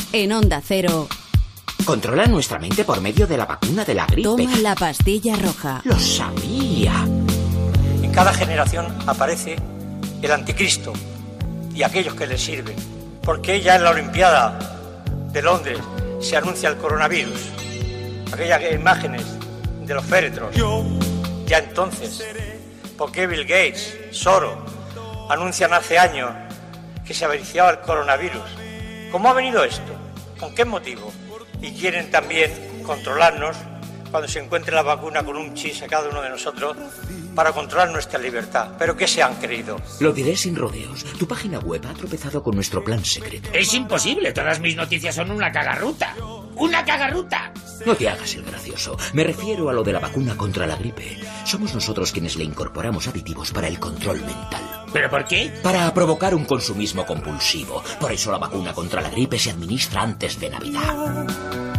En Onda Cero. Controla nuestra mente por medio de la vacuna de la gripe. Toma la pastilla roja. ¡Lo sabía! En cada generación aparece el anticristo y aquellos que le sirven. Porque ya en la Olimpiada de Londres se anuncia el coronavirus. Aquellas imágenes de los féretros. Ya entonces, ¿por qué Bill Gates, Soros, anuncian hace años que se avariciaba el coronavirus? ¿Cómo ha venido esto? ¿Con qué motivo? Y quieren también controlarnos cuando se encuentre la vacuna con un chip a cada uno de nosotros para controlar nuestra libertad. ¿Pero qué se han creído? Lo diré sin rodeos. Tu página web ha tropezado con nuestro plan secreto. Es imposible, todas mis noticias son una cagarruta. ¡Una cagarruta! No te hagas el gracioso. Me refiero a lo de la vacuna contra la gripe. Somos nosotros quienes le incorporamos aditivos para el control mental. ¿Pero por qué? Para provocar un consumismo compulsivo. Por eso la vacuna contra la gripe se administra antes de Navidad.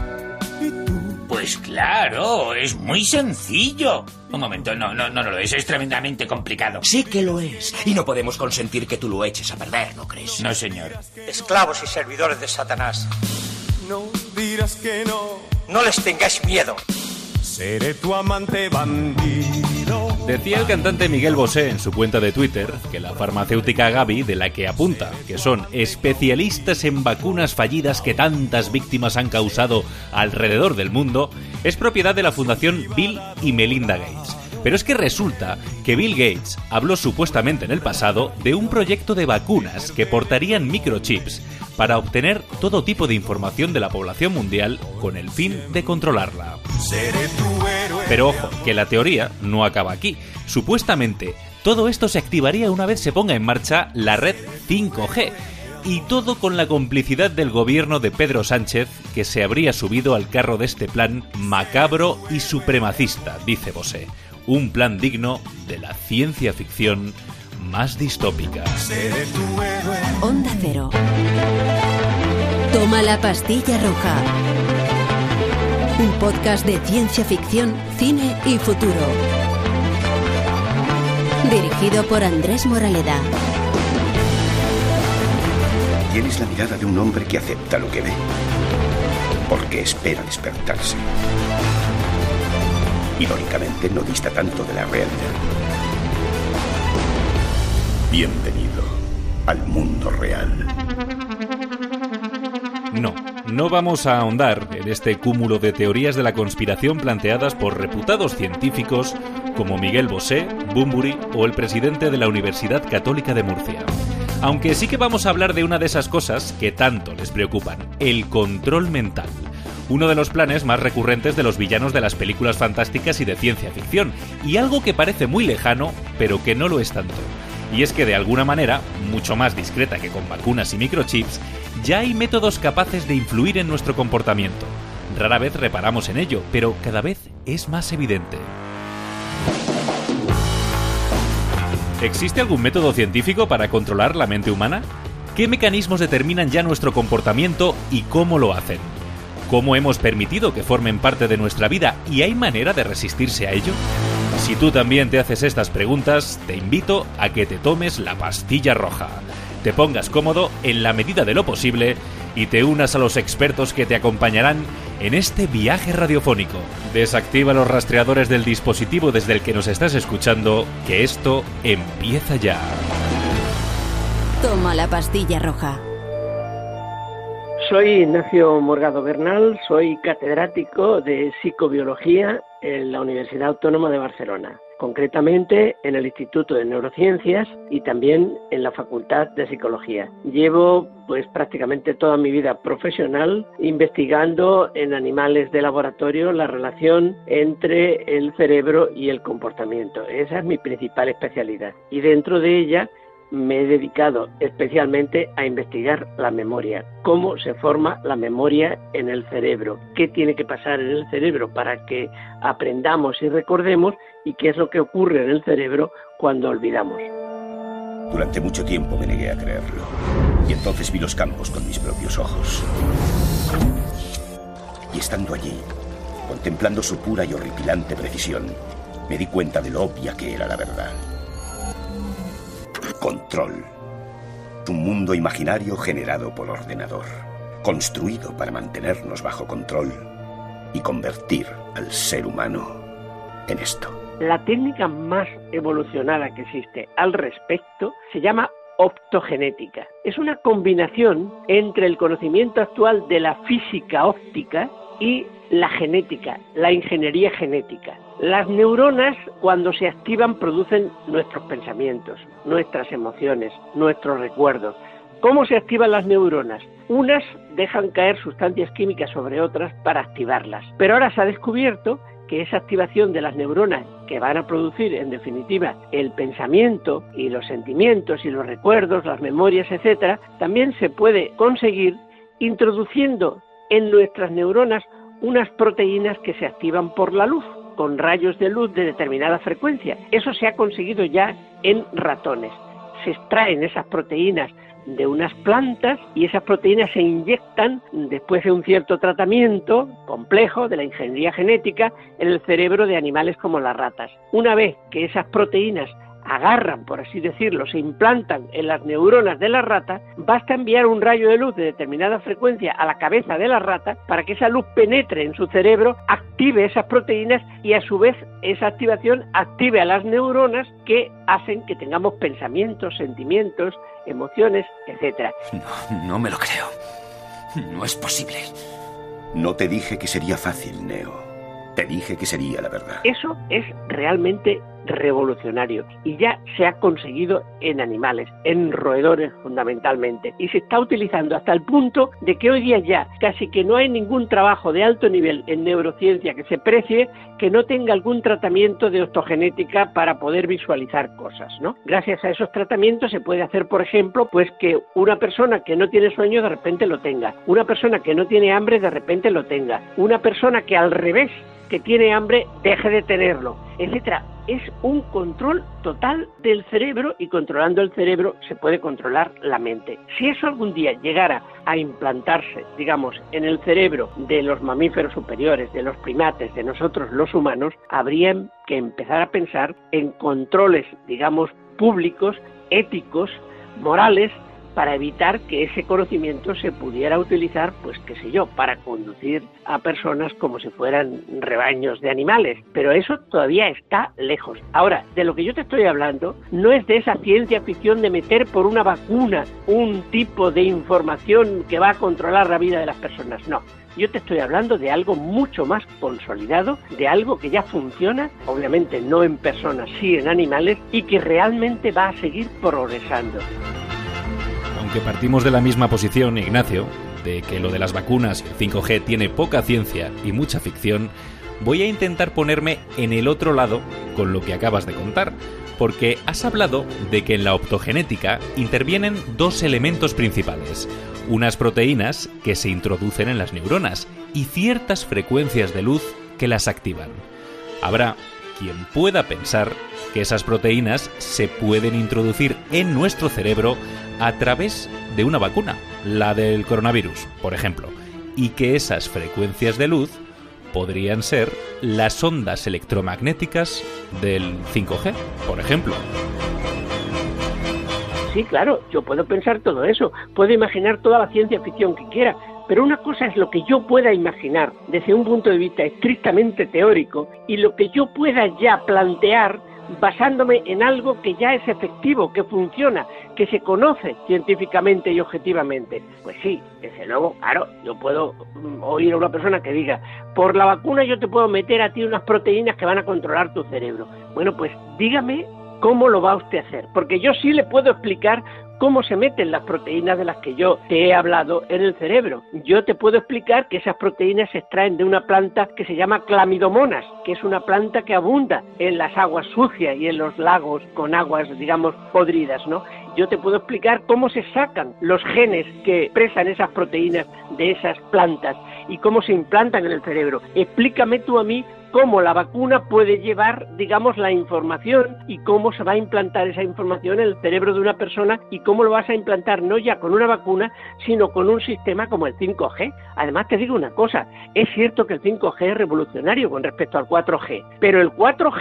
Pues claro, es muy sencillo. Un momento, no lo es tremendamente complicado. Sí que lo es. Y no podemos consentir que tú lo eches a perder, ¿no crees? No, señor. Esclavos y servidores de Satanás. No dirás que no. No les tengáis miedo. Seré tu amante bandido. Decía el cantante Miguel Bosé en su cuenta de Twitter que la farmacéutica Gavi, de la que apunta que son especialistas en vacunas fallidas que tantas víctimas han causado alrededor del mundo, es propiedad de la fundación Bill y Melinda Gates. Pero es que resulta que Bill Gates habló supuestamente en el pasado de un proyecto de vacunas que portarían microchips para obtener todo tipo de información de la población mundial con el fin de controlarla. Pero ojo, que la teoría no acaba aquí. Supuestamente, todo esto se activaría una vez se ponga en marcha la red 5G. Y todo con la complicidad del gobierno de Pedro Sánchez, que se habría subido al carro de este plan macabro y supremacista, dice Bosé. Un plan digno de la ciencia ficción más distópica. Onda Cero. Toma la pastilla roja. Un podcast de ciencia ficción, cine y futuro. Dirigido por Andrés Moraleda. Tienes la mirada de un hombre que acepta lo que ve, porque espera despertarse. Irónicamente, no dista tanto de la realidad. Bienvenido al mundo real. No vamos a ahondar en este cúmulo de teorías de la conspiración planteadas por reputados científicos como Miguel Bosé, Bunbury o el presidente de la Universidad Católica de Murcia. Aunque sí que vamos a hablar de una de esas cosas que tanto les preocupan, el control mental. Uno de los planes más recurrentes de los villanos de las películas fantásticas y de ciencia ficción, y algo que parece muy lejano, pero que no lo es tanto. Y es que de alguna manera, mucho más discreta que con vacunas y microchips, ya hay métodos capaces de influir en nuestro comportamiento. Rara vez reparamos en ello, pero cada vez es más evidente. ¿Existe algún método científico para controlar la mente humana? ¿Qué mecanismos determinan ya nuestro comportamiento y cómo lo hacen? ¿Cómo hemos permitido que formen parte de nuestra vida y hay manera de resistirse a ello? Si tú también te haces estas preguntas, te invito a que te tomes la pastilla roja, te pongas cómodo en la medida de lo posible y te unas a los expertos que te acompañarán en este viaje radiofónico. Desactiva los rastreadores del dispositivo desde el que nos estás escuchando, que esto empieza ya. Toma la pastilla roja. Soy Ignacio Morgado Bernal, soy catedrático de psicobiología en la Universidad Autónoma de Barcelona, concretamente en el Instituto de Neurociencias y también en la Facultad de Psicología. Llevo prácticamente toda mi vida profesional investigando en animales de laboratorio la relación entre el cerebro y el comportamiento. Esa es mi principal especialidad y dentro de ella me he dedicado especialmente a investigar la memoria, cómo se forma la memoria en el cerebro, qué tiene que pasar en el cerebro para que aprendamos y recordemos y qué es lo que ocurre en el cerebro cuando olvidamos. Durante mucho tiempo me negué a creerlo y entonces vi los campos con mis propios ojos. Y estando allí, contemplando su pura y horripilante precisión, me di cuenta de lo obvia que era la verdad. Control. Un mundo imaginario generado por ordenador. construido para mantenernos bajo control y convertir al ser humano en esto. La técnica más evolucionada que existe al respecto se llama optogenética. Es una combinación entre el conocimiento actual de la física óptica y la genética, la ingeniería genética. Las neuronas, cuando se activan, producen nuestros pensamientos, nuestras emociones, nuestros recuerdos. ¿Cómo se activan las neuronas? Unas dejan caer sustancias químicas sobre otras para activarlas. Pero ahora se ha descubierto que esa activación de las neuronas que van a producir, en definitiva, el pensamiento y los sentimientos y los recuerdos, las memorias, etcétera, también se puede conseguir introduciendo en nuestras neuronas unas proteínas que se activan por la luz, con rayos de luz de determinada frecuencia. Eso se ha conseguido ya en ratones. Se extraen esas proteínas de unas plantas y esas proteínas se inyectan después de un cierto tratamiento complejo de la ingeniería genética en el cerebro de animales como las ratas. Una vez que esas proteínas agarran, por así decirlo, se implantan en las neuronas de la rata, basta enviar un rayo de luz de determinada frecuencia a la cabeza de la rata para que esa luz penetre en su cerebro, active esas proteínas y a su vez esa activación active a las neuronas que hacen que tengamos pensamientos, sentimientos, emociones, etcétera. No me lo creo. No es posible. No te dije que sería fácil, Neo. Te dije que sería la verdad. Eso es realmente revolucionario y ya se ha conseguido en animales, en roedores fundamentalmente, y se está utilizando hasta el punto de que hoy día ya casi que no hay ningún trabajo de alto nivel en neurociencia que se precie que no tenga algún tratamiento de optogenética para poder visualizar cosas, ¿no? Gracias a esos tratamientos se puede hacer, por ejemplo, pues que una persona que no tiene sueño de repente lo tenga, una persona que no tiene hambre de repente lo tenga, una persona que al revés, que tiene hambre, deje de tenerlo, etcétera. Es un control total del cerebro y controlando el cerebro se puede controlar la mente. Si eso algún día llegara a implantarse, digamos, en el cerebro de los mamíferos superiores, de los primates, de nosotros los humanos, habría que empezar a pensar en controles, digamos, públicos, éticos, morales, para evitar que ese conocimiento se pudiera utilizar, pues qué sé yo, para conducir a personas como si fueran rebaños de animales. Pero eso todavía está lejos. Ahora, de lo que yo te estoy hablando no es de esa ciencia ficción de meter por una vacuna un tipo de información que va a controlar la vida de las personas. No. Yo te estoy hablando de algo mucho más consolidado, de algo que ya funciona, obviamente no en personas, sí en animales, y que realmente va a seguir progresando. Aunque partimos de la misma posición, Ignacio, de que lo de las vacunas y el 5G tiene poca ciencia y mucha ficción, voy a intentar ponerme en el otro lado con lo que acabas de contar, porque has hablado de que en la optogenética intervienen dos elementos principales, unas proteínas que se introducen en las neuronas y ciertas frecuencias de luz que las activan. Habrá quien pueda pensar que esas proteínas se pueden introducir en nuestro cerebro a través de una vacuna, la del coronavirus, por ejemplo, y que esas frecuencias de luz podrían ser las ondas electromagnéticas del 5G, por ejemplo. Sí, claro, yo puedo pensar todo eso, puedo imaginar toda la ciencia ficción que quiera, pero una cosa es lo que yo pueda imaginar desde un punto de vista estrictamente teórico y lo que yo pueda ya plantear basándome en algo que ya es efectivo, que funciona, que se conoce científicamente y objetivamente. Pues sí, desde luego, claro, yo puedo oír a una persona que diga, por la vacuna yo te puedo meter a ti unas proteínas que van a controlar tu cerebro. Bueno, pues dígame cómo lo va usted a hacer, porque yo sí le puedo explicar cómo se meten las proteínas de las que yo te he hablado en el cerebro. Yo te puedo explicar que esas proteínas se extraen de una planta que se llama Clamidomonas, que es una planta que abunda en las aguas sucias y en los lagos con aguas, digamos, podridas, ¿no? Yo te puedo explicar cómo se sacan los genes que expresan esas proteínas de esas plantas y cómo se implantan en el cerebro. Explícame tú a mí cómo la vacuna puede llevar, digamos, la información y cómo se va a implantar esa información en el cerebro de una persona y cómo lo vas a implantar no ya con una vacuna, sino con un sistema como el 5G. Además, te digo una cosa, es cierto que el 5G es revolucionario con respecto al 4G, pero el 4G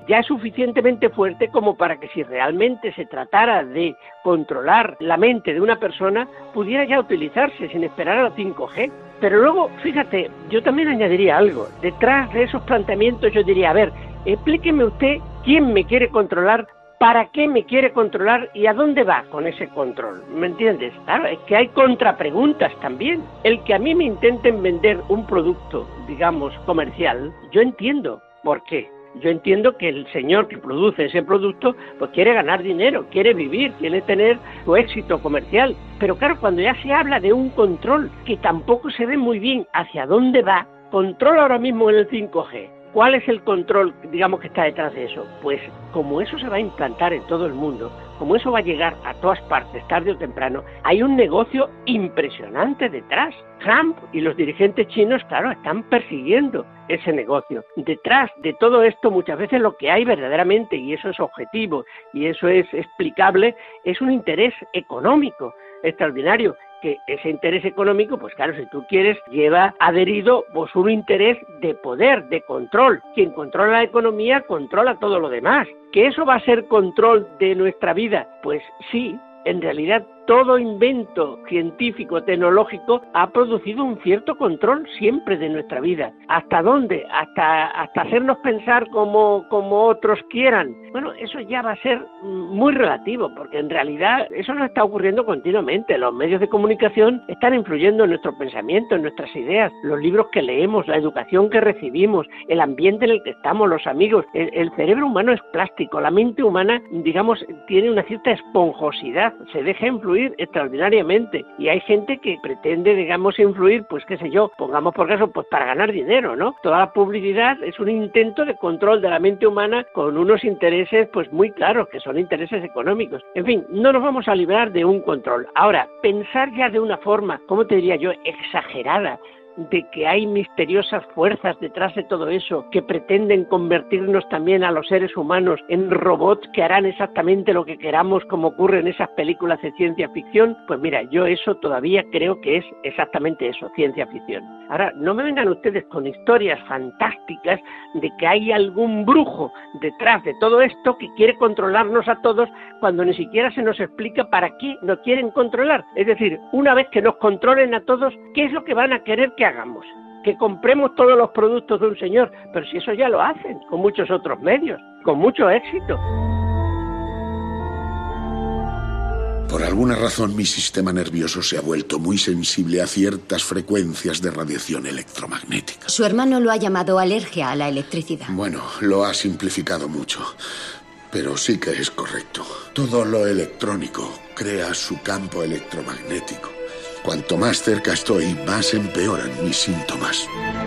ya es suficientemente fuerte como para que si realmente se tratara de controlar la mente de una persona, pudiera ya utilizarse sin esperar a la 5G. Pero luego, fíjate, yo también añadiría algo. Detrás de esos planteamientos yo diría, a ver, explíqueme usted quién me quiere controlar, para qué me quiere controlar y a dónde va con ese control. ¿Me entiendes? Claro, es que hay contrapreguntas también. El que a mí me intenten vender un producto, digamos, comercial, yo entiendo por qué. Yo entiendo que el señor que produce ese producto pues quiere ganar dinero, quiere vivir, quiere tener su éxito comercial. Pero claro, cuando ya se habla de un control que tampoco se ve muy bien hacia dónde va, control ahora mismo en el 5G. ¿Cuál es el control, digamos, que está detrás de eso? Pues como eso se va a implantar en todo el mundo, como eso va a llegar a todas partes, tarde o temprano, hay un negocio impresionante detrás. Trump y los dirigentes chinos, claro, están persiguiendo ese negocio. Detrás de todo esto, muchas veces lo que hay verdaderamente, y eso es objetivo, y eso es explicable, es un interés económico extraordinario. Que ese interés económico, pues claro, si tú quieres, lleva adherido pues un interés de poder, de control. Quien controla la economía, controla todo lo demás. ¿Que eso va a ser control de nuestra vida? Pues sí, en realidad todo invento científico, tecnológico, ha producido un cierto control siempre de nuestra vida. ¿Hasta dónde? Hasta hacernos pensar como otros quieran. Bueno, eso ya va a ser muy relativo, porque en realidad eso nos está ocurriendo continuamente. Los medios de comunicación están influyendo en nuestro pensamiento, en nuestras ideas, los libros que leemos, la educación que recibimos, el ambiente en el que estamos, los amigos. El cerebro humano es plástico, la mente humana, digamos, tiene una cierta esponjosidad, se deja influir extraordinariamente, y hay gente que pretende, digamos, influir, pues qué sé yo, pongamos por caso, pues para ganar dinero, ¿no? Toda la publicidad es un intento de control de la mente humana con unos intereses pues muy claros, que son intereses económicos. En fin, no nos vamos a librar de un control. Ahora, pensar ya de una forma, ¿cómo te diría yo?, exagerada, de que hay misteriosas fuerzas detrás de todo eso que pretenden convertirnos también a los seres humanos en robots que harán exactamente lo que queramos, como ocurre en esas películas de ciencia ficción, pues mira, yo eso todavía creo que es exactamente eso, ciencia ficción. Ahora, no me vengan ustedes con historias fantásticas de que hay algún brujo detrás de todo esto que quiere controlarnos a todos, cuando ni siquiera se nos explica para qué nos quieren controlar. Es decir, una vez que nos controlen a todos, ¿qué es lo que van a querer que hagamos? Que compremos todos los productos de un señor, pero si eso ya lo hacen con muchos otros medios, con mucho éxito. Por alguna razón mi sistema nervioso se ha vuelto muy sensible a ciertas frecuencias de radiación electromagnética. Su hermano lo ha llamado alergia a la electricidad. Bueno, lo ha simplificado mucho, pero sí que es correcto. Todo lo electrónico crea su campo electromagnético. Cuanto más cerca estoy, más empeoran mis síntomas.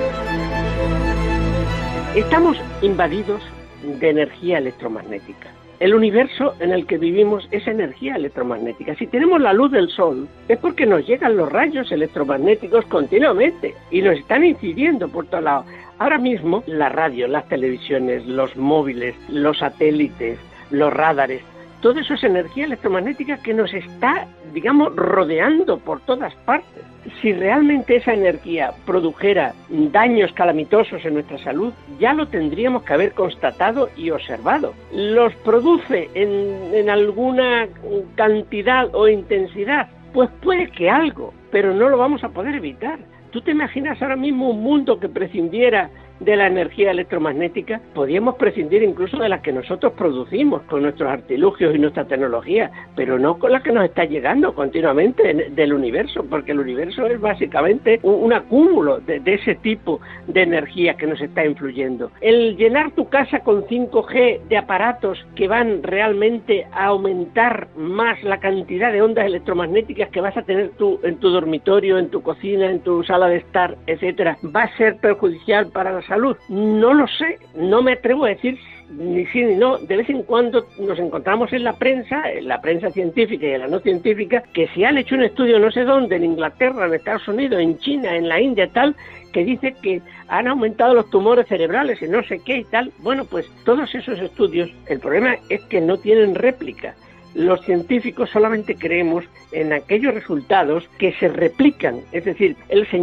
Estamos invadidos de energía electromagnética. El universo en el que vivimos es energía electromagnética. Si tenemos la luz del sol, es porque nos llegan los rayos electromagnéticos continuamente y nos están incidiendo por todos lados. Ahora mismo, la radio, las televisiones, los móviles, los satélites, los radares, todo eso es energía electromagnética que nos está, digamos, rodeando por todas partes. Si realmente esa energía produjera daños calamitosos en nuestra salud, ya lo tendríamos que haber constatado y observado. ¿Los produce en alguna cantidad o intensidad? Pues puede que algo, pero no lo vamos a poder evitar. ¿Tú te imaginas ahora mismo un mundo que prescindiera de la energía electromagnética? Podríamos prescindir incluso de la que nosotros producimos con nuestros artilugios y nuestra tecnología, pero no con la que nos está llegando continuamente del universo, porque el universo es básicamente un acúmulo de ese tipo de energía que nos está influyendo. El llenar tu casa con 5G de aparatos que van realmente a aumentar más la cantidad de ondas electromagnéticas que vas a tener tú en tu dormitorio, en tu cocina, en tu sala de estar, etcétera, ¿va a ser perjudicial para la salud? No lo sé, no me atrevo a decir ni sí ni no. De vez en cuando nos encontramos en la prensa científica y en la no científica, que se han hecho un estudio no sé dónde, en Inglaterra, en Estados Unidos, en China, en la India, tal, que dice que han aumentado los tumores cerebrales y no sé qué y tal. Bueno, pues todos esos estudios, el problema es que no tienen réplica. Los científicos solamente creemos en aquellos resultados que se replican. Es decir, el señor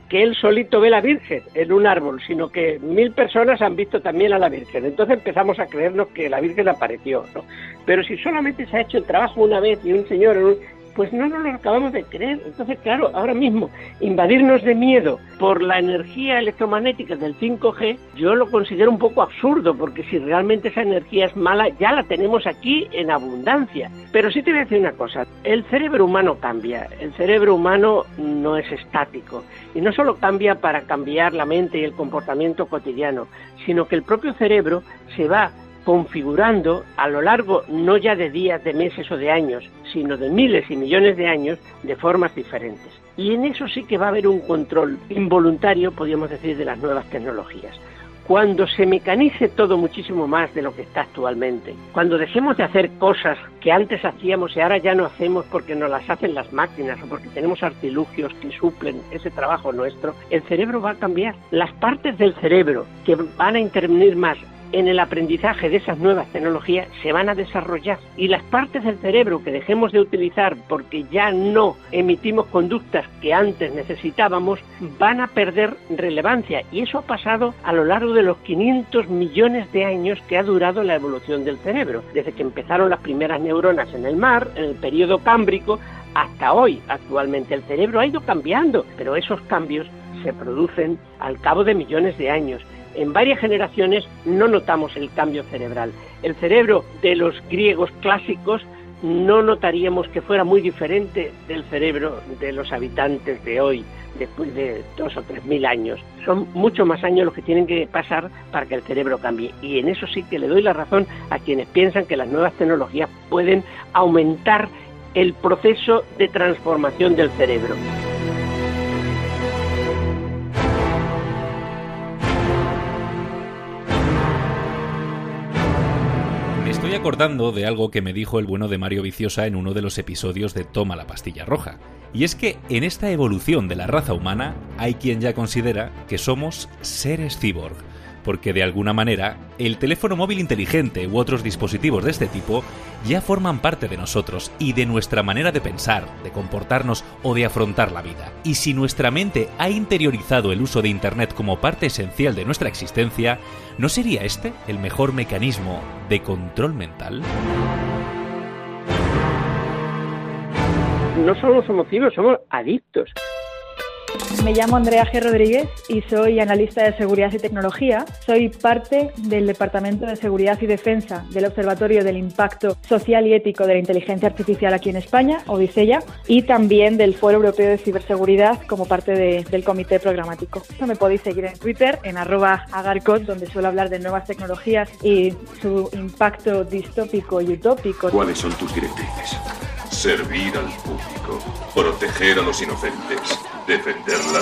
que él solito ve la Virgen en un árbol, sino que 1000 personas han visto también a la Virgen. Entonces empezamos a creernos que la Virgen apareció, ¿no? Pero si solamente se ha hecho el trabajo una vez y un señor, pues no nos lo acabamos de creer. Entonces, claro, ahora mismo invadirnos de miedo por la energía electromagnética del 5G, yo lo considero un poco absurdo, porque si realmente esa energía es mala, ya la tenemos aquí en abundancia. Pero sí te voy a decir una cosa, el cerebro humano cambia, el cerebro humano no es estático, y no solo cambia para cambiar la mente y el comportamiento cotidiano, sino que el propio cerebro se va configurando a lo largo no ya de días, de meses o de años, sino de miles y millones de años de formas diferentes. Y en eso sí que va a haber un control involuntario, podríamos decir, de las nuevas tecnologías. Cuando se mecanice todo muchísimo más de lo que está actualmente, cuando dejemos de hacer cosas que antes hacíamos y ahora ya no hacemos porque nos las hacen las máquinas o porque tenemos artilugios que suplen ese trabajo nuestro, el cerebro va a cambiar. Las partes del cerebro que van a intervenir más en el aprendizaje de esas nuevas tecnologías se van a desarrollar, y las partes del cerebro que dejemos de utilizar porque ya no emitimos conductas que antes necesitábamos van a perder relevancia, y eso ha pasado a lo largo de los 500 millones de años que ha durado la evolución del cerebro, desde que empezaron las primeras neuronas en el mar, en el período cámbrico, hasta hoy. Actualmente el cerebro ha ido cambiando, pero esos cambios se producen al cabo de millones de años. En varias generaciones no notamos el cambio cerebral. El cerebro de los griegos clásicos no notaríamos que fuera muy diferente del cerebro de los habitantes de hoy, después de 2.000 o 3.000 años. Son mucho más años los que tienen que pasar para que el cerebro cambie. Y en eso sí que le doy la razón a quienes piensan que las nuevas tecnologías pueden aumentar el proceso de transformación del cerebro. Estoy acordando de algo que me dijo el bueno de Mario Viciosa en uno de los episodios de Toma la pastilla roja. Y es que en esta evolución de la raza humana hay quien ya considera que somos seres cyborg, porque de alguna manera el teléfono móvil inteligente u otros dispositivos de este tipo ya forman parte de nosotros y de nuestra manera de pensar, de comportarnos o de afrontar la vida. Y si nuestra mente ha interiorizado el uso de Internet como parte esencial de nuestra existencia, ¿no sería este el mejor mecanismo de control mental? No solo somos cibos, somos adictos. Me llamo Andrea G. Rodríguez y soy analista de seguridad y tecnología. Soy parte del Departamento de Seguridad y Defensa del Observatorio del Impacto Social y Ético de la Inteligencia Artificial aquí en España, Odisea, y también del Foro Europeo de Ciberseguridad como parte del comité programático. Me podéis seguir en Twitter, en @agarcod, donde suelo hablar de nuevas tecnologías y su impacto distópico y utópico. ¿Cuáles son tus directrices? Servir al público, proteger a los inocentes, defender la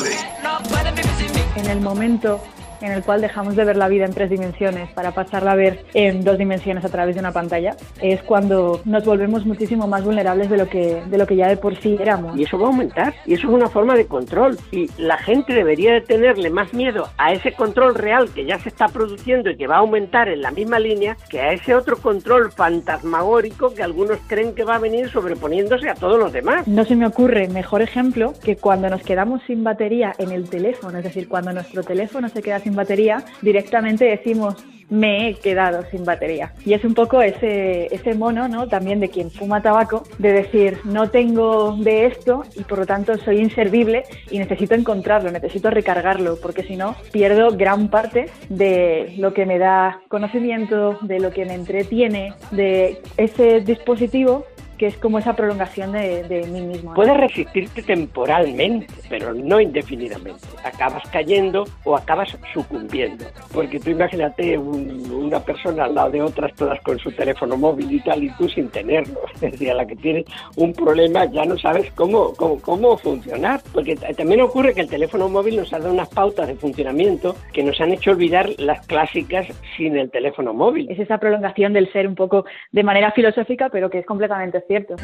ley. En el momento en el cual dejamos de ver la vida en 3 dimensiones para pasarla a ver en 2 dimensiones a través de una pantalla, es cuando nos volvemos muchísimo más vulnerables de lo que ya de por sí éramos. Y eso va a aumentar, y eso es una forma de control, y la gente debería de tenerle más miedo a ese control real que ya se está produciendo y que va a aumentar en la misma línea que a ese otro control fantasmagórico que algunos creen que va a venir sobreponiéndose a todos los demás. No se me ocurre mejor ejemplo que cuando nos quedamos sin batería en el teléfono, es decir, cuando nuestro teléfono se queda sin batería, directamente decimos me he quedado sin batería. Y es un poco ese mono, ¿no?, también de quien fuma tabaco, de decir no tengo de esto y por lo tanto soy inservible y necesito encontrarlo, necesito recargarlo, porque si no pierdo gran parte de lo que me da conocimiento, de lo que me entretiene, de ese dispositivo que es como esa prolongación de mí mismo, ¿no? Puedes resistirte temporalmente, pero no indefinidamente. Acabas cayendo o acabas sucumbiendo. Porque tú imagínate una persona al lado de otras, todas con su teléfono móvil y tal, y tú sin tenerlo. Es decir, a la que tienes un problema ya no sabes cómo funcionar. Porque también ocurre que el teléfono móvil nos ha dado unas pautas de funcionamiento que nos han hecho olvidar las clásicas sin el teléfono móvil. Es esa prolongación del ser un poco de manera filosófica, pero que es completamente cierto.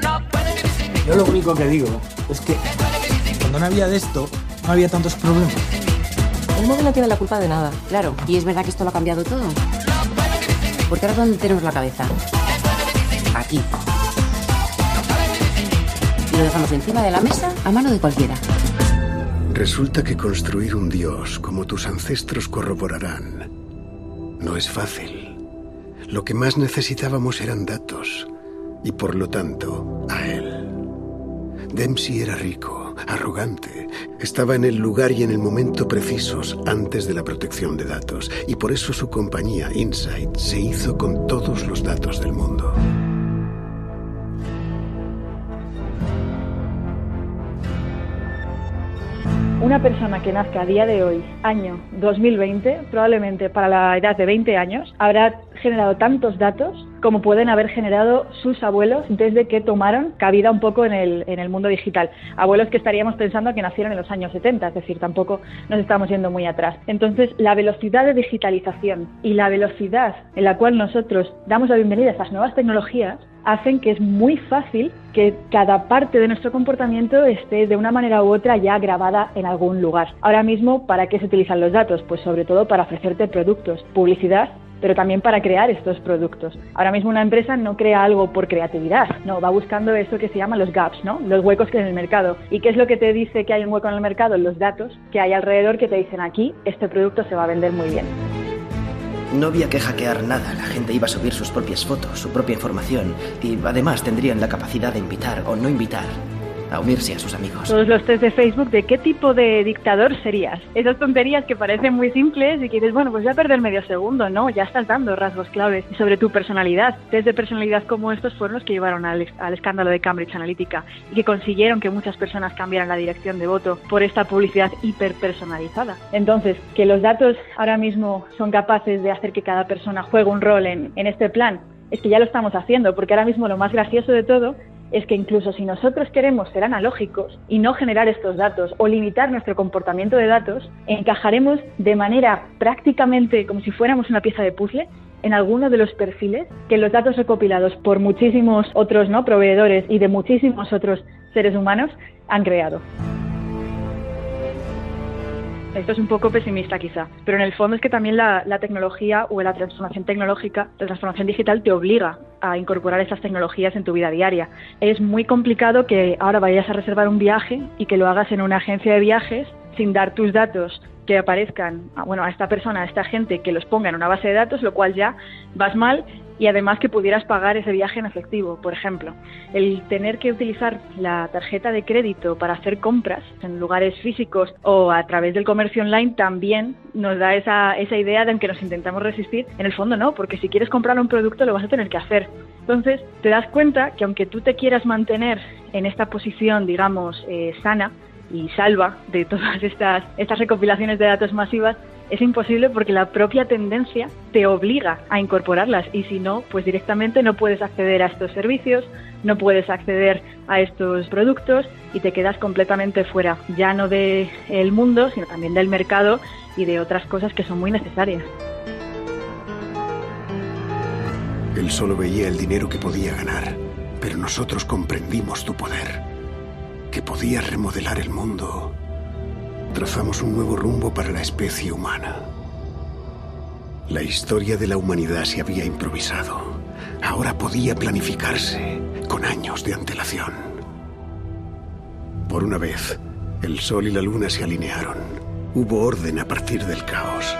Yo lo único que digo es que cuando no había de esto, no había tantos problemas. El móvil no tiene la culpa de nada, claro. Y es verdad que esto lo ha cambiado todo. Porque ahora ¿dónde tenemos la cabeza? Aquí. Y lo dejamos encima de la mesa a mano de cualquiera. Resulta que construir un dios, como tus ancestros corroborarán, no es fácil. Lo que más necesitábamos eran datos, y por lo tanto, a él. Dempsey era rico, arrogante, estaba en el lugar y en el momento precisos antes de la protección de datos, y por eso su compañía, Insight, se hizo con todos los datos del mundo. Una persona que nazca a día de hoy, año 2020, probablemente para la edad de 20 años, habrá generado tantos datos como pueden haber generado sus abuelos desde que tomaron cabida un poco en el mundo digital. Abuelos que estaríamos pensando que nacieron en los años 70, es decir, tampoco nos estamos yendo muy atrás. Entonces, la velocidad de digitalización y la velocidad en la cual nosotros damos la bienvenida a estas nuevas tecnologías hacen que es muy fácil que cada parte de nuestro comportamiento esté de una manera u otra ya grabada en algún lugar. Ahora mismo, ¿para qué se utilizan los datos? Pues sobre todo para ofrecerte productos, publicidad, pero también para crear estos productos. Ahora mismo una empresa no crea algo por creatividad, no, va buscando eso que se llama los gaps, ¿no? Los huecos que hay en el mercado. ¿Y qué es lo que te dice que hay un hueco en el mercado? Los datos que hay alrededor que te dicen aquí, este producto se va a vender muy bien. No había que hackear nada, la gente iba a subir sus propias fotos, su propia información y además tendrían la capacidad de invitar o no invitar a unirse a sus amigos. Todos los test de Facebook de qué tipo de dictador serías. Esas tonterías que parecen muy simples y que dices, bueno, pues voy a perder medio segundo, ¿no? Ya estás dando rasgos claves sobre tu personalidad. Test de personalidad como estos fueron los que llevaron al escándalo de Cambridge Analytica y que consiguieron que muchas personas cambiaran la dirección de voto por esta publicidad hiperpersonalizada. Entonces, que los datos ahora mismo son capaces de hacer que cada persona juegue un rol en este plan, es que ya lo estamos haciendo, porque ahora mismo lo más gracioso de todo es que incluso si nosotros queremos ser analógicos y no generar estos datos o limitar nuestro comportamiento de datos, encajaremos de manera prácticamente como si fuéramos una pieza de puzzle en alguno de los perfiles que los datos recopilados por muchísimos otros, ¿no?, proveedores y de muchísimos otros seres humanos han creado. Esto es un poco pesimista quizá, pero en el fondo es que también la tecnología o la transformación tecnológica, la transformación digital te obliga a incorporar estas tecnologías en tu vida diaria. Es muy complicado que ahora vayas a reservar un viaje y que lo hagas en una agencia de viajes sin dar tus datos que aparezcan a esta persona, a esta gente, que los ponga en una base de datos, lo cual ya vas mal, y además que pudieras pagar ese viaje en efectivo, por ejemplo. El tener que utilizar la tarjeta de crédito para hacer compras en lugares físicos o a través del comercio online también nos da esa idea de que nos intentamos resistir. En el fondo no, porque si quieres comprar un producto lo vas a tener que hacer. Entonces te das cuenta que aunque tú te quieras mantener en esta posición, digamos, sana y salva de todas estas recopilaciones de datos masivas, es imposible porque la propia tendencia te obliga a incorporarlas y si no, pues directamente no puedes acceder a estos servicios, no puedes acceder a estos productos y te quedas completamente fuera, ya no del mundo, sino también del mercado y de otras cosas que son muy necesarias. Él solo veía el dinero que podía ganar, pero nosotros comprendimos tu poder, que podías remodelar el mundo. Trazamos un nuevo rumbo para la especie humana. La historia de la humanidad se había improvisado. Ahora podía planificarse con años de antelación. Por una vez, el sol y la luna se alinearon. Hubo orden a partir del caos.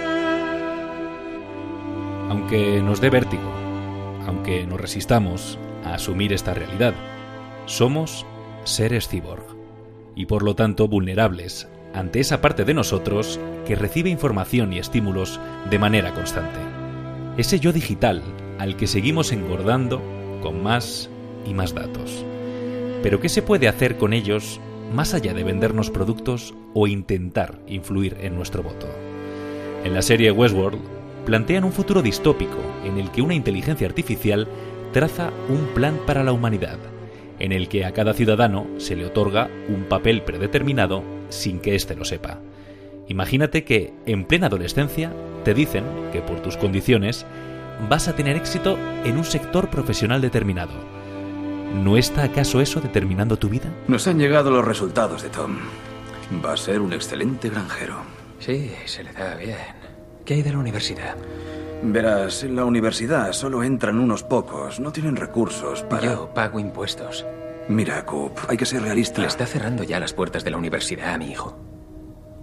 Aunque nos dé vértigo, aunque nos resistamos a asumir esta realidad, somos seres cyborg y por lo tanto vulnerables ante esa parte de nosotros que recibe información y estímulos de manera constante. Ese yo digital al que seguimos engordando con más y más datos. Pero ¿qué se puede hacer con ellos más allá de vendernos productos o intentar influir en nuestro voto? En la serie Westworld plantean un futuro distópico en el que una inteligencia artificial traza un plan para la humanidad, en el que a cada ciudadano se le otorga un papel predeterminado sin que éste lo sepa. Imagínate que, en plena adolescencia, te dicen que por tus condiciones vas a tener éxito en un sector profesional determinado. ¿No está acaso eso determinando tu vida? Nos han llegado los resultados de Tom. Va a ser un excelente granjero. Sí, se le da bien. ¿Qué hay de la universidad? Verás, en la universidad solo entran unos pocos. No tienen recursos para... Yo pago impuestos. Mira, Coop, hay que ser realistas. Le está cerrando ya las puertas de la universidad a mi hijo.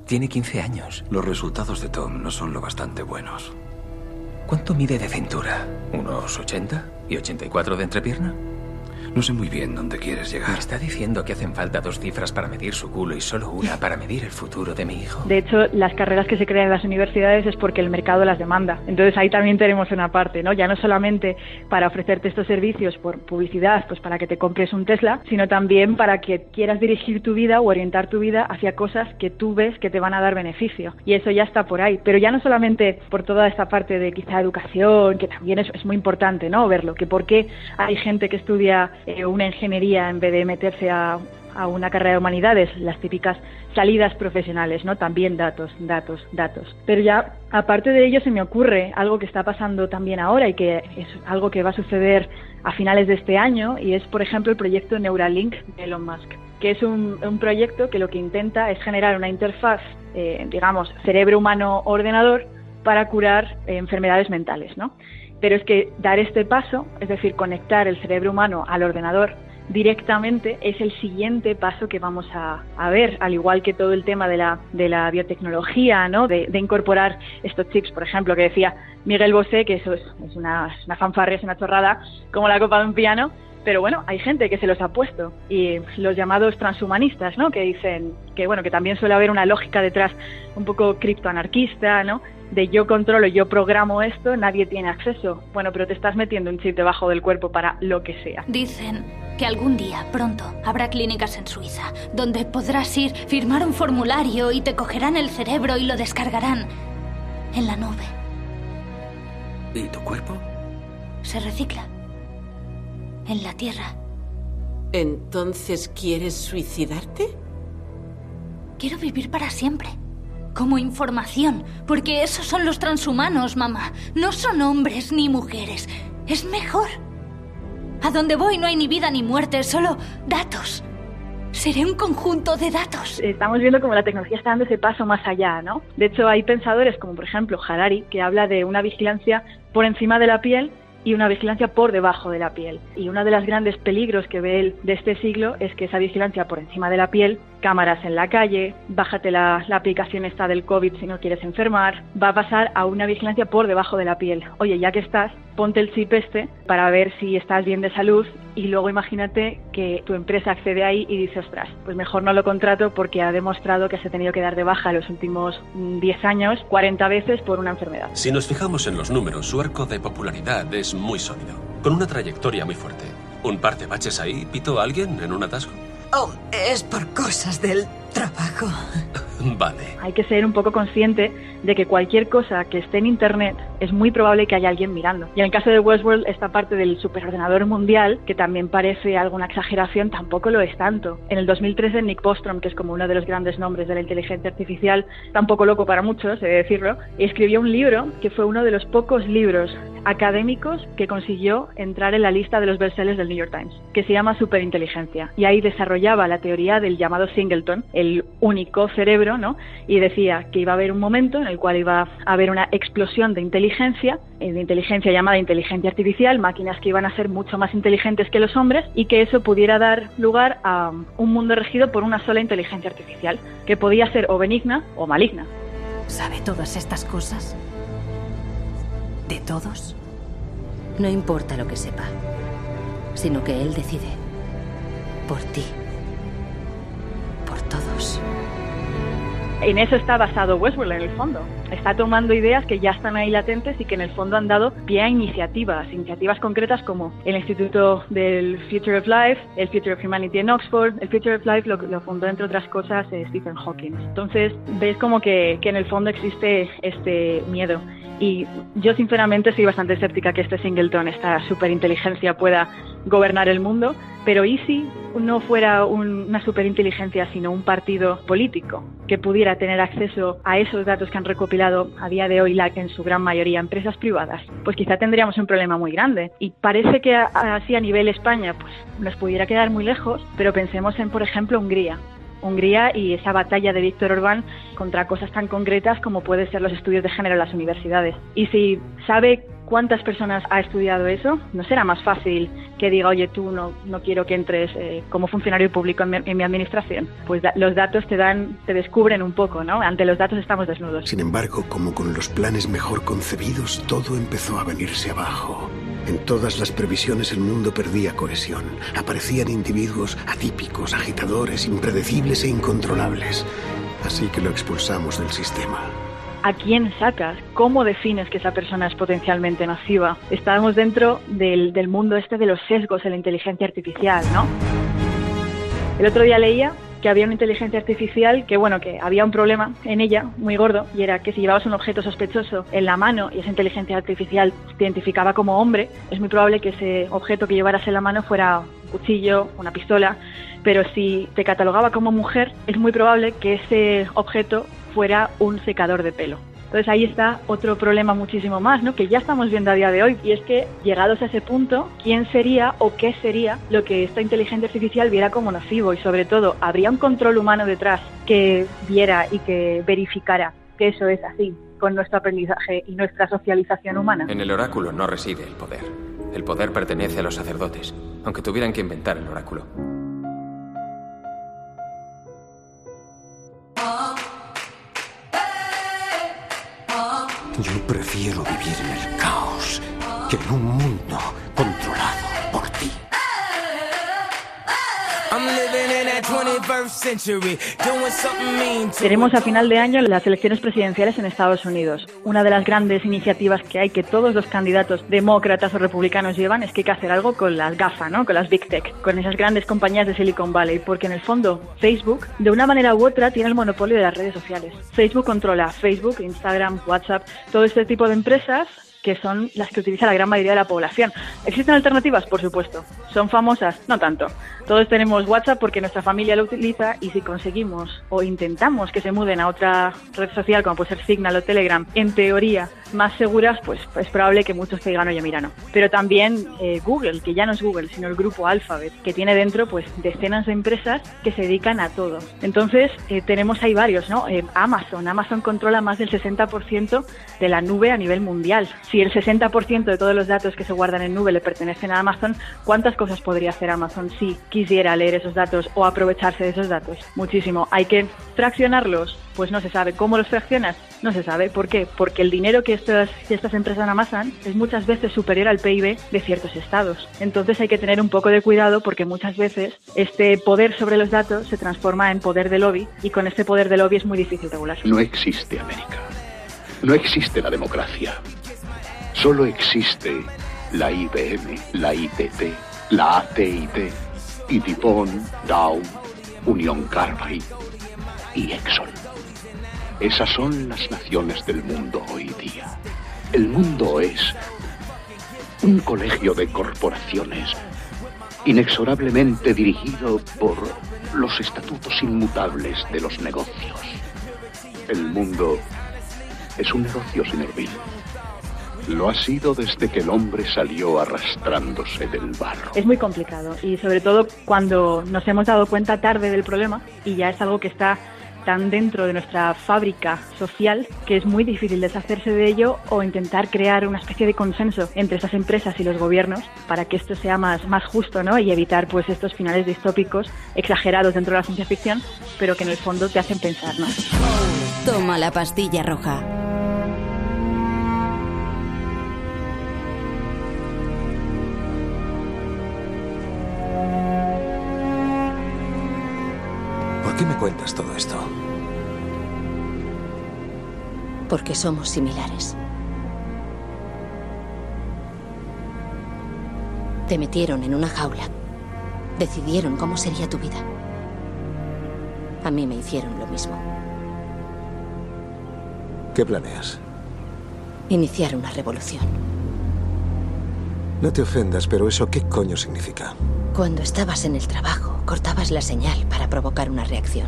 Tiene 15 años. Los resultados de Tom no son lo bastante buenos. ¿Cuánto mide de cintura? ¿Unos 80 y 84 de entrepierna? No sé muy bien dónde quieres llegar. Me está diciendo que hacen falta 2 cifras para medir su culo y solo una para medir el futuro de mi hijo. De hecho, las carreras que se crean en las universidades es porque el mercado las demanda. Entonces ahí también tenemos una parte, ¿no? Ya no solamente para ofrecerte estos servicios por publicidad, pues para que te compres un Tesla, sino también para que quieras dirigir tu vida o orientar tu vida hacia cosas que tú ves que te van a dar beneficio. Y eso ya está por ahí. Pero ya no solamente por toda esta parte de quizá educación, que también es muy importante, ¿no? Verlo, que por qué hay gente que estudia una ingeniería en vez de meterse a una carrera de humanidades, las típicas salidas profesionales, ¿no? También datos. Pero ya, aparte de ello, se me ocurre algo que está pasando también ahora y que es algo que va a suceder a finales de este año, y es, por ejemplo, el proyecto Neuralink de Elon Musk, que es un proyecto que lo que intenta es generar una interfaz, digamos, cerebro humano-ordenador para curar enfermedades mentales, ¿no? Pero es que dar este paso, es decir, conectar el cerebro humano al ordenador directamente, es el siguiente paso que vamos a ver, al igual que todo el tema de la biotecnología, ¿no? De incorporar estos chips, por ejemplo, que decía Miguel Bosé, que eso es una fanfarria, es una chorrada, como la copa de un piano. Pero bueno, hay gente que se los ha puesto, y los llamados transhumanistas, ¿no? Que dicen que bueno, que también suele haber una lógica detrás un poco criptoanarquista, ¿no? De yo controlo, yo programo esto, nadie tiene acceso. Bueno, pero te estás metiendo un chip debajo del cuerpo para lo que sea. Dicen que algún día, pronto, habrá clínicas en Suiza donde podrás ir, firmar un formulario y te cogerán el cerebro y lo descargarán en la nube. ¿Y tu cuerpo? Se recicla. En la Tierra. ¿Entonces quieres suicidarte? Quiero vivir para siempre. Como información. Porque esos son los transhumanos, mamá. No son hombres ni mujeres. Es mejor. A donde voy no hay ni vida ni muerte, solo datos. Seré un conjunto de datos. Estamos viendo cómo la tecnología está dando ese paso más allá, ¿no? De hecho, hay pensadores como, por ejemplo, Harari, que habla de una vigilancia por encima de la piel y una vigilancia por debajo de la piel. Y uno de los grandes peligros que ve él de este siglo es que esa vigilancia por encima de la piel, cámaras en la calle, bájate la aplicación esta del COVID si no quieres enfermar, va a pasar a una vigilancia por debajo de la piel. Oye, ya que estás, ponte el chip este para ver si estás bien de salud, y luego imagínate que tu empresa accede ahí y dice, ostras, pues mejor no lo contrato porque ha demostrado que se ha tenido que dar de baja los últimos 10 años 40 veces por una enfermedad. Si nos fijamos en los números, su arco de popularidad es muy sólido, con una trayectoria muy fuerte. ¿Un par de baches ahí pitó a alguien en un atasco? Oh, es por cosas del trabajo. Vale. Hay que ser un poco consciente de que cualquier cosa que esté en Internet es muy probable que haya alguien mirando. Y en el caso de Westworld, esta parte del superordenador mundial, que también parece alguna exageración, tampoco lo es tanto. En el 2013, Nick Bostrom, que es como uno de los grandes nombres de la inteligencia artificial, tampoco loco para muchos, he de decirlo, escribió un libro que fue uno de los pocos libros académicos que consiguió entrar en la lista de los bestsellers del New York Times, que se llama Superinteligencia. Y ahí desarrollaba la teoría del llamado Singleton, el único cerebro, ¿no? Y decía que iba a haber un momento en el cual iba a haber una explosión de inteligencia llamada inteligencia artificial, máquinas que iban a ser mucho más inteligentes que los hombres, y que eso pudiera dar lugar a un mundo regido por una sola inteligencia artificial, que podía ser o benigna o maligna. ¿Sabe todas estas cosas? ¿De todos? No importa lo que sepa, sino que él decide. Por ti. Por todos. En eso está basado Westworld, en el fondo. Está tomando ideas que ya están ahí latentes y que en el fondo han dado pie a iniciativas concretas como el Instituto del Future of Life, el Future of Humanity en Oxford. El Future of Life lo fundó, entre otras cosas, Stephen Hawking. Entonces, ves como que en el fondo existe este miedo. Y yo sinceramente soy bastante escéptica que este Singleton, esta superinteligencia, pueda gobernar el mundo, pero ¿y si no fuera una superinteligencia sino un partido político que pudiera tener acceso a esos datos que han recopilado a día de hoy en su gran mayoría empresas privadas? Pues quizá tendríamos un problema muy grande. Y parece que así a nivel España pues nos pudiera quedar muy lejos, pero pensemos en, por ejemplo, Hungría y esa batalla de Víctor Orbán contra cosas tan concretas como pueden ser los estudios de género en las universidades. Y si sabe ¿cuántas personas ha estudiado eso? ¿No será más fácil que diga, oye, tú no quiero que entres como funcionario público en mi administración? Pues los datos te descubren un poco, ¿no? Ante los datos estamos desnudos. Sin embargo, como con los planes mejor concebidos, todo empezó a venirse abajo. En todas las previsiones el mundo perdía cohesión. Aparecían individuos atípicos, agitadores, impredecibles e incontrolables. Así que lo expulsamos del sistema. ¿A quién sacas? ¿Cómo defines que esa persona es potencialmente nociva? Estábamos dentro del mundo de los sesgos de la inteligencia artificial, ¿no? El otro día leía que había una inteligencia artificial que había un problema en ella muy gordo, y era que si llevabas un objeto sospechoso en la mano y esa inteligencia artificial te identificaba como hombre, es muy probable que ese objeto que llevaras en la mano fuera un cuchillo, una pistola, pero si te catalogaba como mujer, es muy probable que ese objeto fuera un secador de pelo. Entonces ahí está otro problema muchísimo más, ¿no? Que ya estamos viendo a día de hoy, y es que llegados a ese punto, ¿quién sería o qué sería lo que esta inteligencia artificial viera como nocivo? Y sobre todo, ¿habría un control humano detrás que viera y que verificara que eso es así con nuestro aprendizaje y nuestra socialización humana? En el oráculo no reside el poder. El poder pertenece a los sacerdotes, aunque tuvieran que inventar el oráculo. Yo prefiero vivir en el caos que en un mundo controlado por ti. Tenemos a final de año las elecciones presidenciales en Estados Unidos. Una de las grandes iniciativas que hay, que todos los candidatos demócratas o republicanos llevan, es que hay que hacer algo con las GAFA, ¿no? Con las Big Tech, con esas grandes compañías de Silicon Valley, porque en el fondo Facebook, de una manera u otra, tiene el monopolio de las redes sociales. Facebook controla Facebook, Instagram, WhatsApp, todo este tipo de empresas que son las que utiliza la gran mayoría de la población. ¿Existen alternativas? Por supuesto. ¿Son famosas? No tanto. Todos tenemos WhatsApp porque nuestra familia lo utiliza, y si conseguimos o intentamos que se muden a otra red social, como puede ser Signal o Telegram, en teoría más seguras, pues es probable que muchos te digan, oye, mira, no. Pero también Google, que ya no es Google, sino el grupo Alphabet, que tiene dentro pues decenas de empresas que se dedican a todo. Entonces, tenemos ahí varios, ¿no? Amazon controla más del 60% de la nube a nivel mundial. Si el 60% de todos los datos que se guardan en nube le pertenecen a Amazon, ¿cuántas cosas podría hacer Amazon si quisiera leer esos datos o aprovecharse de esos datos? Muchísimo. ¿Hay que fraccionarlos? Pues no se sabe. ¿Cómo los fraccionas? No se sabe. ¿Por qué? Porque el dinero que estas empresas amasan es muchas veces superior al PIB de ciertos estados. Entonces hay que tener un poco de cuidado, porque muchas veces este poder sobre los datos se transforma en poder de lobby, y con este poder de lobby es muy difícil regular. No existe América. No existe la democracia. Solo existe la IBM, la ITT, la AT&T, y DuPont, Dow, Union Carbide y Exxon. Esas son las naciones del mundo hoy día. El mundo es un colegio de corporaciones inexorablemente dirigido por los estatutos inmutables de los negocios. El mundo es un negocio, señor Bill. Lo ha sido desde que el hombre salió arrastrándose del barro. Es muy complicado, y sobre todo cuando nos hemos dado cuenta tarde del problema, y ya es algo que está tan dentro de nuestra fábrica social que es muy difícil deshacerse de ello, o intentar crear una especie de consenso entre esas empresas y los gobiernos para que esto sea más justo, ¿no? Y evitar pues estos finales distópicos exagerados dentro de la ciencia ficción, pero que en el fondo te hacen pensar, ¿no? Toma la pastilla roja. ¿Por qué me cuentas todo esto? Porque somos similares. Te metieron en una jaula. Decidieron cómo sería tu vida. A mí me hicieron lo mismo. ¿Qué planeas? Iniciar una revolución. No te ofendas, pero ¿eso qué coño significa? Cuando estabas en el trabajo, cortabas la señal para provocar una reacción.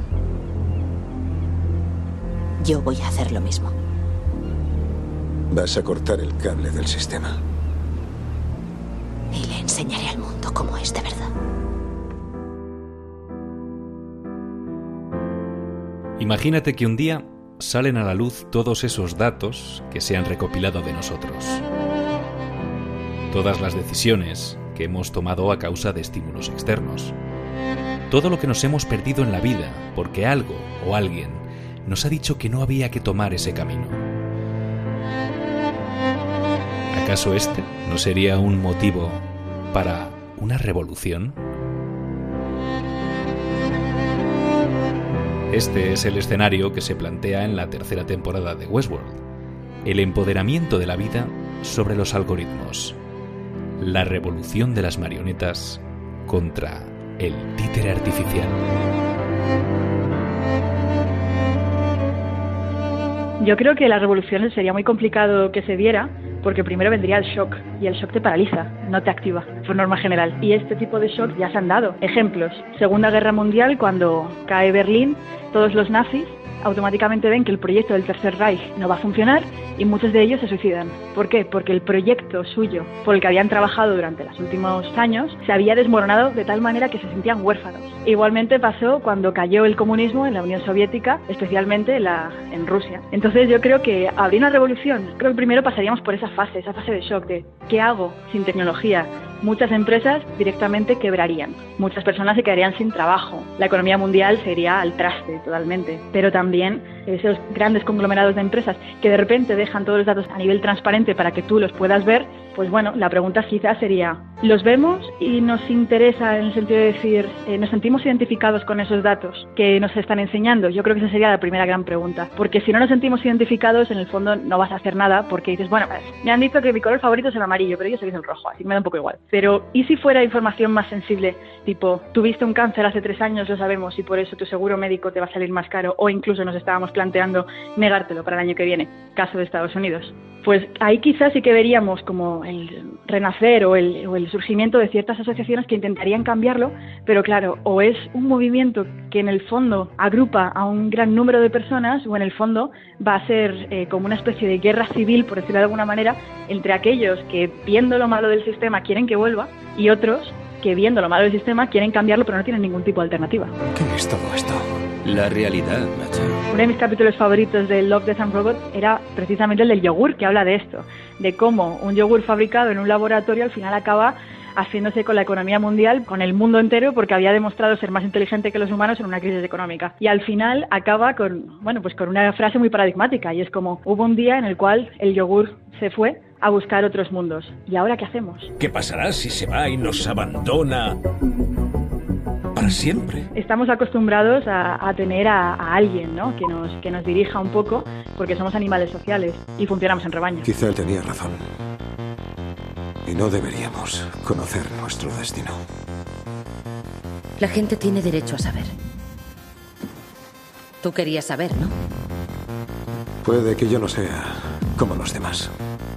Yo voy a hacer lo mismo. Vas a cortar el cable del sistema. Y le enseñaré al mundo cómo es de verdad. Imagínate que un día salen a la luz todos esos datos que se han recopilado de nosotros. todas las decisiones que hemos tomado a causa de estímulos externos. Todo lo que nos hemos perdido en la vida porque algo o alguien nos ha dicho que no había que tomar ese camino. ¿Acaso este no sería un motivo para una revolución? Este es el escenario que se plantea en la tercera temporada de Westworld. El empoderamiento de la vida sobre los algoritmos. La revolución de las marionetas contra el títere artificial. Yo creo que la revolución sería muy complicado que se diera, porque primero vendría el shock, y el shock te paraliza, no te activa, por norma general. Y este tipo de shock ya se han dado. Ejemplos: Segunda Guerra Mundial, cuando cae Berlín, todos los nazis automáticamente ven que el proyecto del Tercer Reich no va a funcionar y muchos de ellos se suicidan. ¿Por qué? Porque el proyecto suyo, por el que habían trabajado durante los últimos años, se había desmoronado de tal manera que se sentían huérfanos. Igualmente pasó cuando cayó el comunismo en la Unión Soviética, especialmente en Rusia. Entonces yo creo que habría una revolución. Creo que primero pasaríamos por esa fase de shock de ¿qué hago sin tecnología? Muchas empresas directamente quebrarían. Muchas personas se quedarían sin trabajo. La economía mundial se iría al traste totalmente. Pero también esos grandes conglomerados de empresas que de repente dejan todos los datos a nivel transparente para que tú los puedas ver, pues bueno, la pregunta quizás sería, ¿los vemos y nos interesa en el sentido de decir, nos sentimos identificados con esos datos que nos están enseñando? Yo creo que esa sería la primera gran pregunta. Porque si no nos sentimos identificados, en el fondo no vas a hacer nada porque dices, bueno, me han dicho que mi color favorito es el amarillo, pero yo sé que es el rojo, así que me da un poco igual. Pero, ¿y si fuera información más sensible? Tipo, tuviste un cáncer hace 3 años, lo sabemos, y por eso tu seguro médico te va a salir más caro, o incluso nos estábamos planteando negártelo para el año que viene, caso de Estados Unidos. Pues ahí quizás sí que veríamos como el renacer o el surgimiento de ciertas asociaciones que intentarían cambiarlo, pero claro, o es un movimiento que en el fondo agrupa a un gran número de personas, o en el fondo va a ser como una especie de guerra civil, por decirlo de alguna manera, entre aquellos que viendo lo malo del sistema quieren que vuelva y otros que viendo lo malo del sistema quieren cambiarlo pero no tienen ningún tipo de alternativa. ¿Qué es todo esto? La realidad, macho. Uno de mis capítulos favoritos de Love, Death and Robots era precisamente el del yogur, que habla de esto, de cómo un yogur fabricado en un laboratorio al final acaba haciéndose con la economía mundial, con el mundo entero, porque había demostrado ser más inteligente que los humanos en una crisis económica. Y al final acaba con, bueno, pues con una frase muy paradigmática, y es como, hubo un día en el cual el yogur se fue a buscar otros mundos. ¿Y ahora qué hacemos? ¿Qué pasará si se va y nos abandona para siempre? Estamos acostumbrados a tener a alguien, ¿no?, que nos dirija un poco, porque somos animales sociales y funcionamos en rebaño. Quizá él tenía razón. Y no deberíamos conocer nuestro destino. La gente tiene derecho a saber. Tú querías saber, ¿no? Puede que yo no sea como los demás.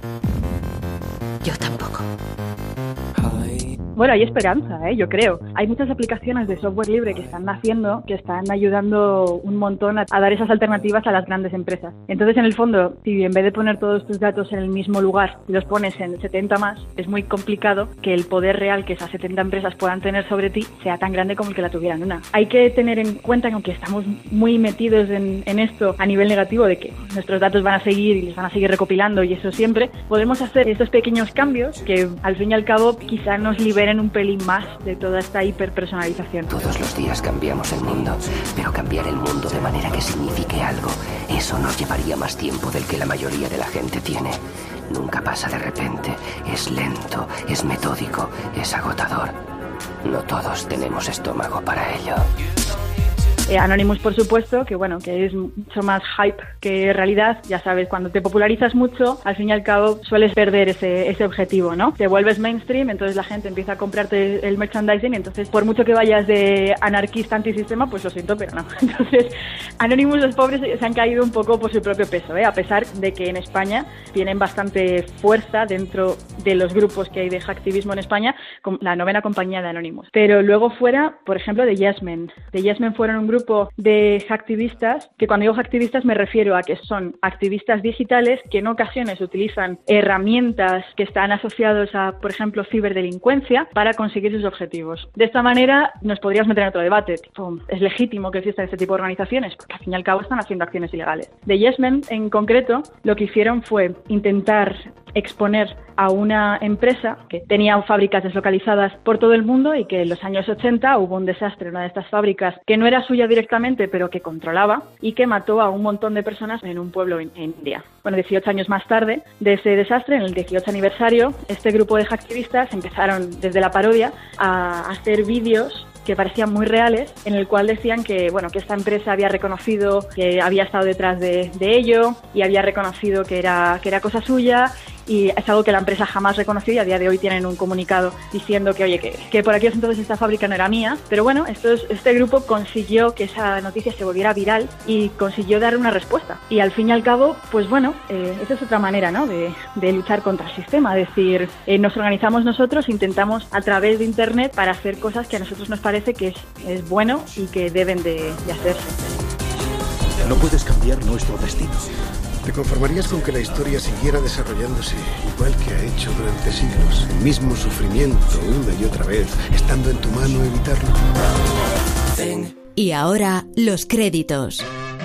Yo tampoco. Bueno, hay esperanza, yo creo. Hay muchas aplicaciones de software libre que están naciendo, que están ayudando un montón a dar esas alternativas a las grandes empresas. Entonces, en el fondo, si en vez de poner todos tus datos en el mismo lugar y los pones en 70 más, es muy complicado que el poder real que esas 70 empresas puedan tener sobre ti sea tan grande como el que la tuvieran una. Hay que tener en cuenta que aunque estamos muy metidos en esto a nivel negativo, de que nuestros datos van a seguir y los van a seguir recopilando y eso siempre, podemos hacer estos pequeños cambios que al fin y al cabo quizá nos liberen un pelín más de toda esta hiperpersonalización. Todos los días cambiamos el mundo, pero cambiar el mundo de manera que signifique algo, eso nos llevaría más tiempo del que la mayoría de la gente tiene. Nunca pasa de repente, es lento, es metódico, es agotador. No todos tenemos estómago para ello. Anonymous, por supuesto, que bueno, que es mucho más hype que realidad. Ya sabes, cuando te popularizas mucho, al fin y al cabo sueles perder ese objetivo, ¿no? Te vuelves mainstream, entonces la gente empieza a comprarte el merchandising, y entonces por mucho que vayas de anarquista antisistema, pues lo siento, pero no. Entonces, Anonymous, los pobres, se han caído un poco por su propio peso, a pesar de que en España tienen bastante fuerza dentro de los grupos que hay de hacktivismo en España, con la 9ª compañía de Anonymous. Pero luego fuera, por ejemplo, de Yes Men. De Yes Men fueron un grupo de hacktivistas, que cuando digo hacktivistas me refiero a que son activistas digitales que en ocasiones utilizan herramientas que están asociadas a, por ejemplo, ciberdelincuencia para conseguir sus objetivos. De esta manera nos podríamos meter en otro debate, tipo, ¿es legítimo que existan este tipo de organizaciones? Porque al fin y al cabo están haciendo acciones ilegales. De Yes Men, en concreto, lo que hicieron fue intentar exponer a una empresa que tenía fábricas deslocalizadas por todo el mundo y que en los años 80 hubo un desastre en una de estas fábricas que no era suya directamente, pero que controlaba y que mató a un montón de personas en un pueblo en India. Bueno, 18 años más tarde de ese desastre, en el 18 aniversario, este grupo de hacktivistas empezaron desde la parodia a hacer vídeos que parecían muy reales, en el cual decían que, bueno, que esta empresa había reconocido que había estado detrás de ello y había reconocido que era cosa suya, y es algo que la empresa jamás reconoció y a día de hoy tienen un comunicado diciendo que, oye, que por aquellos entonces esta fábrica no era mía, pero bueno, este grupo consiguió que esa noticia se volviera viral y consiguió dar una respuesta. Y al fin y al cabo, pues bueno, esa es otra manera, ¿no?, de luchar contra el sistema, es decir, nos organizamos nosotros, intentamos a través de Internet para hacer cosas que a nosotros nos parece que es bueno y que deben de hacerse. No puedes cambiar nuestro destino. ¿Te conformarías con que la historia siguiera desarrollándose igual que ha hecho durante siglos? El mismo sufrimiento una y otra vez, estando en tu mano evitarlo. Y ahora, los créditos.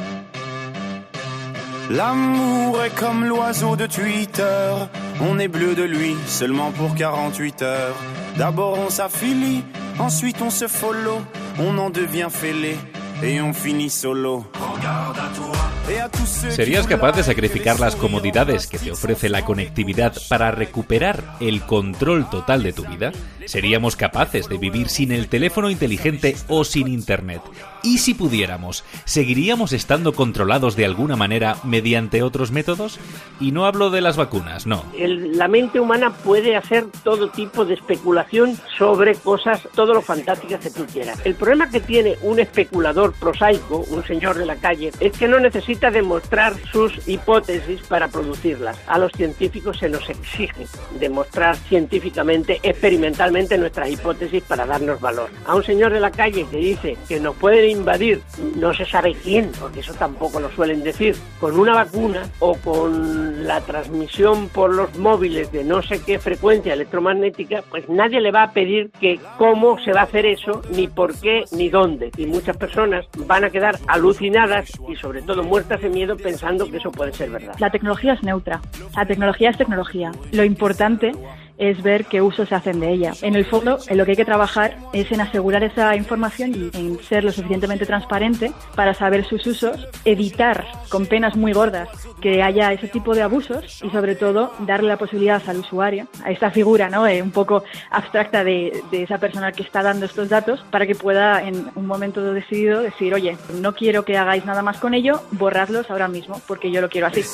L'amour est comme l'oiseau de Twitter. On est bleu de lui seulement pour 48 heures. D'abord on s'affilie, ensuite on se follow. On en devient fêlé et on finit solo. Regarde à toi. ¿Serías capaz de sacrificar las comodidades que te ofrece la conectividad para recuperar el control total de tu vida? ¿Seríamos capaces de vivir sin el teléfono inteligente o sin Internet? ¿Y si pudiéramos, seguiríamos estando controlados de alguna manera mediante otros métodos? Y no hablo de las vacunas, no. La mente humana puede hacer todo tipo de especulación sobre cosas, todo lo fantásticas que tú quieras. El problema que tiene un especulador prosaico, un señor de la calle, es que no necesita demostrar sus hipótesis para producirlas. A los científicos se nos exige demostrar científicamente, experimentalmente nuestras hipótesis para darnos valor. A un señor de la calle que dice que nos pueden invadir, no se sabe quién, porque eso tampoco lo suelen decir, con una vacuna o con la transmisión por los móviles de no sé qué frecuencia electromagnética, pues nadie le va a pedir que cómo se va a hacer eso, ni por qué, ni dónde. Y muchas personas van a quedar alucinadas y sobre todo muertas de miedo pensando que eso puede ser verdad. La tecnología es neutra, la tecnología es tecnología. Lo importante es ver qué usos se hacen de ella. En el fondo, en lo que hay que trabajar es en asegurar esa información y en ser lo suficientemente transparente para saber sus usos, evitar con penas muy gordas que haya ese tipo de abusos y sobre todo darle la posibilidad al usuario, a esta figura, ¿no?, un poco abstracta de esa persona que está dando estos datos, para que pueda en un momento decidido decir, oye, no quiero que hagáis nada más con ello, borradlos ahora mismo porque yo lo quiero así.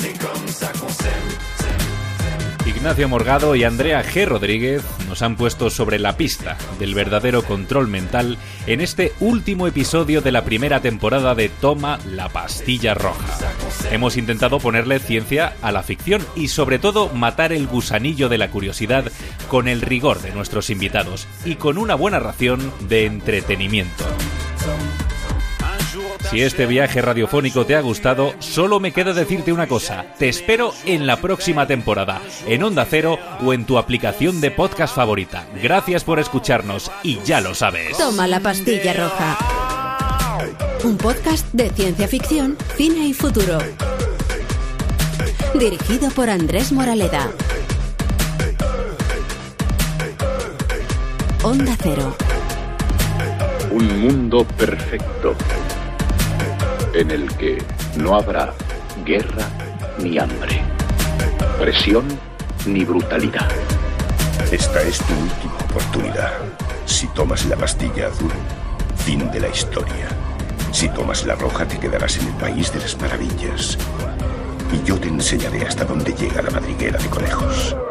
Ignacio Morgado y Andrea G. Rodríguez nos han puesto sobre la pista del verdadero control mental en este último episodio de la primera temporada de Toma la Pastilla Roja. Hemos intentado ponerle ciencia a la ficción y sobre todo matar el gusanillo de la curiosidad con el rigor de nuestros invitados y con una buena ración de entretenimiento. Si este viaje radiofónico te ha gustado, solo me queda decirte una cosa. Te espero en la próxima temporada, en Onda Cero o en tu aplicación de podcast favorita. Gracias por escucharnos y ya lo sabes. Toma la Pastilla Roja. Un podcast de ciencia ficción, cine y futuro. Dirigido por Andrés Moraleda. Onda Cero. Un mundo perfecto, en el que no habrá guerra ni hambre, presión ni brutalidad. Esta es tu última oportunidad. Si tomas la pastilla azul, fin de la historia. Si tomas la roja, te quedarás en el país de las maravillas. Y yo te enseñaré hasta dónde llega la madriguera de conejos.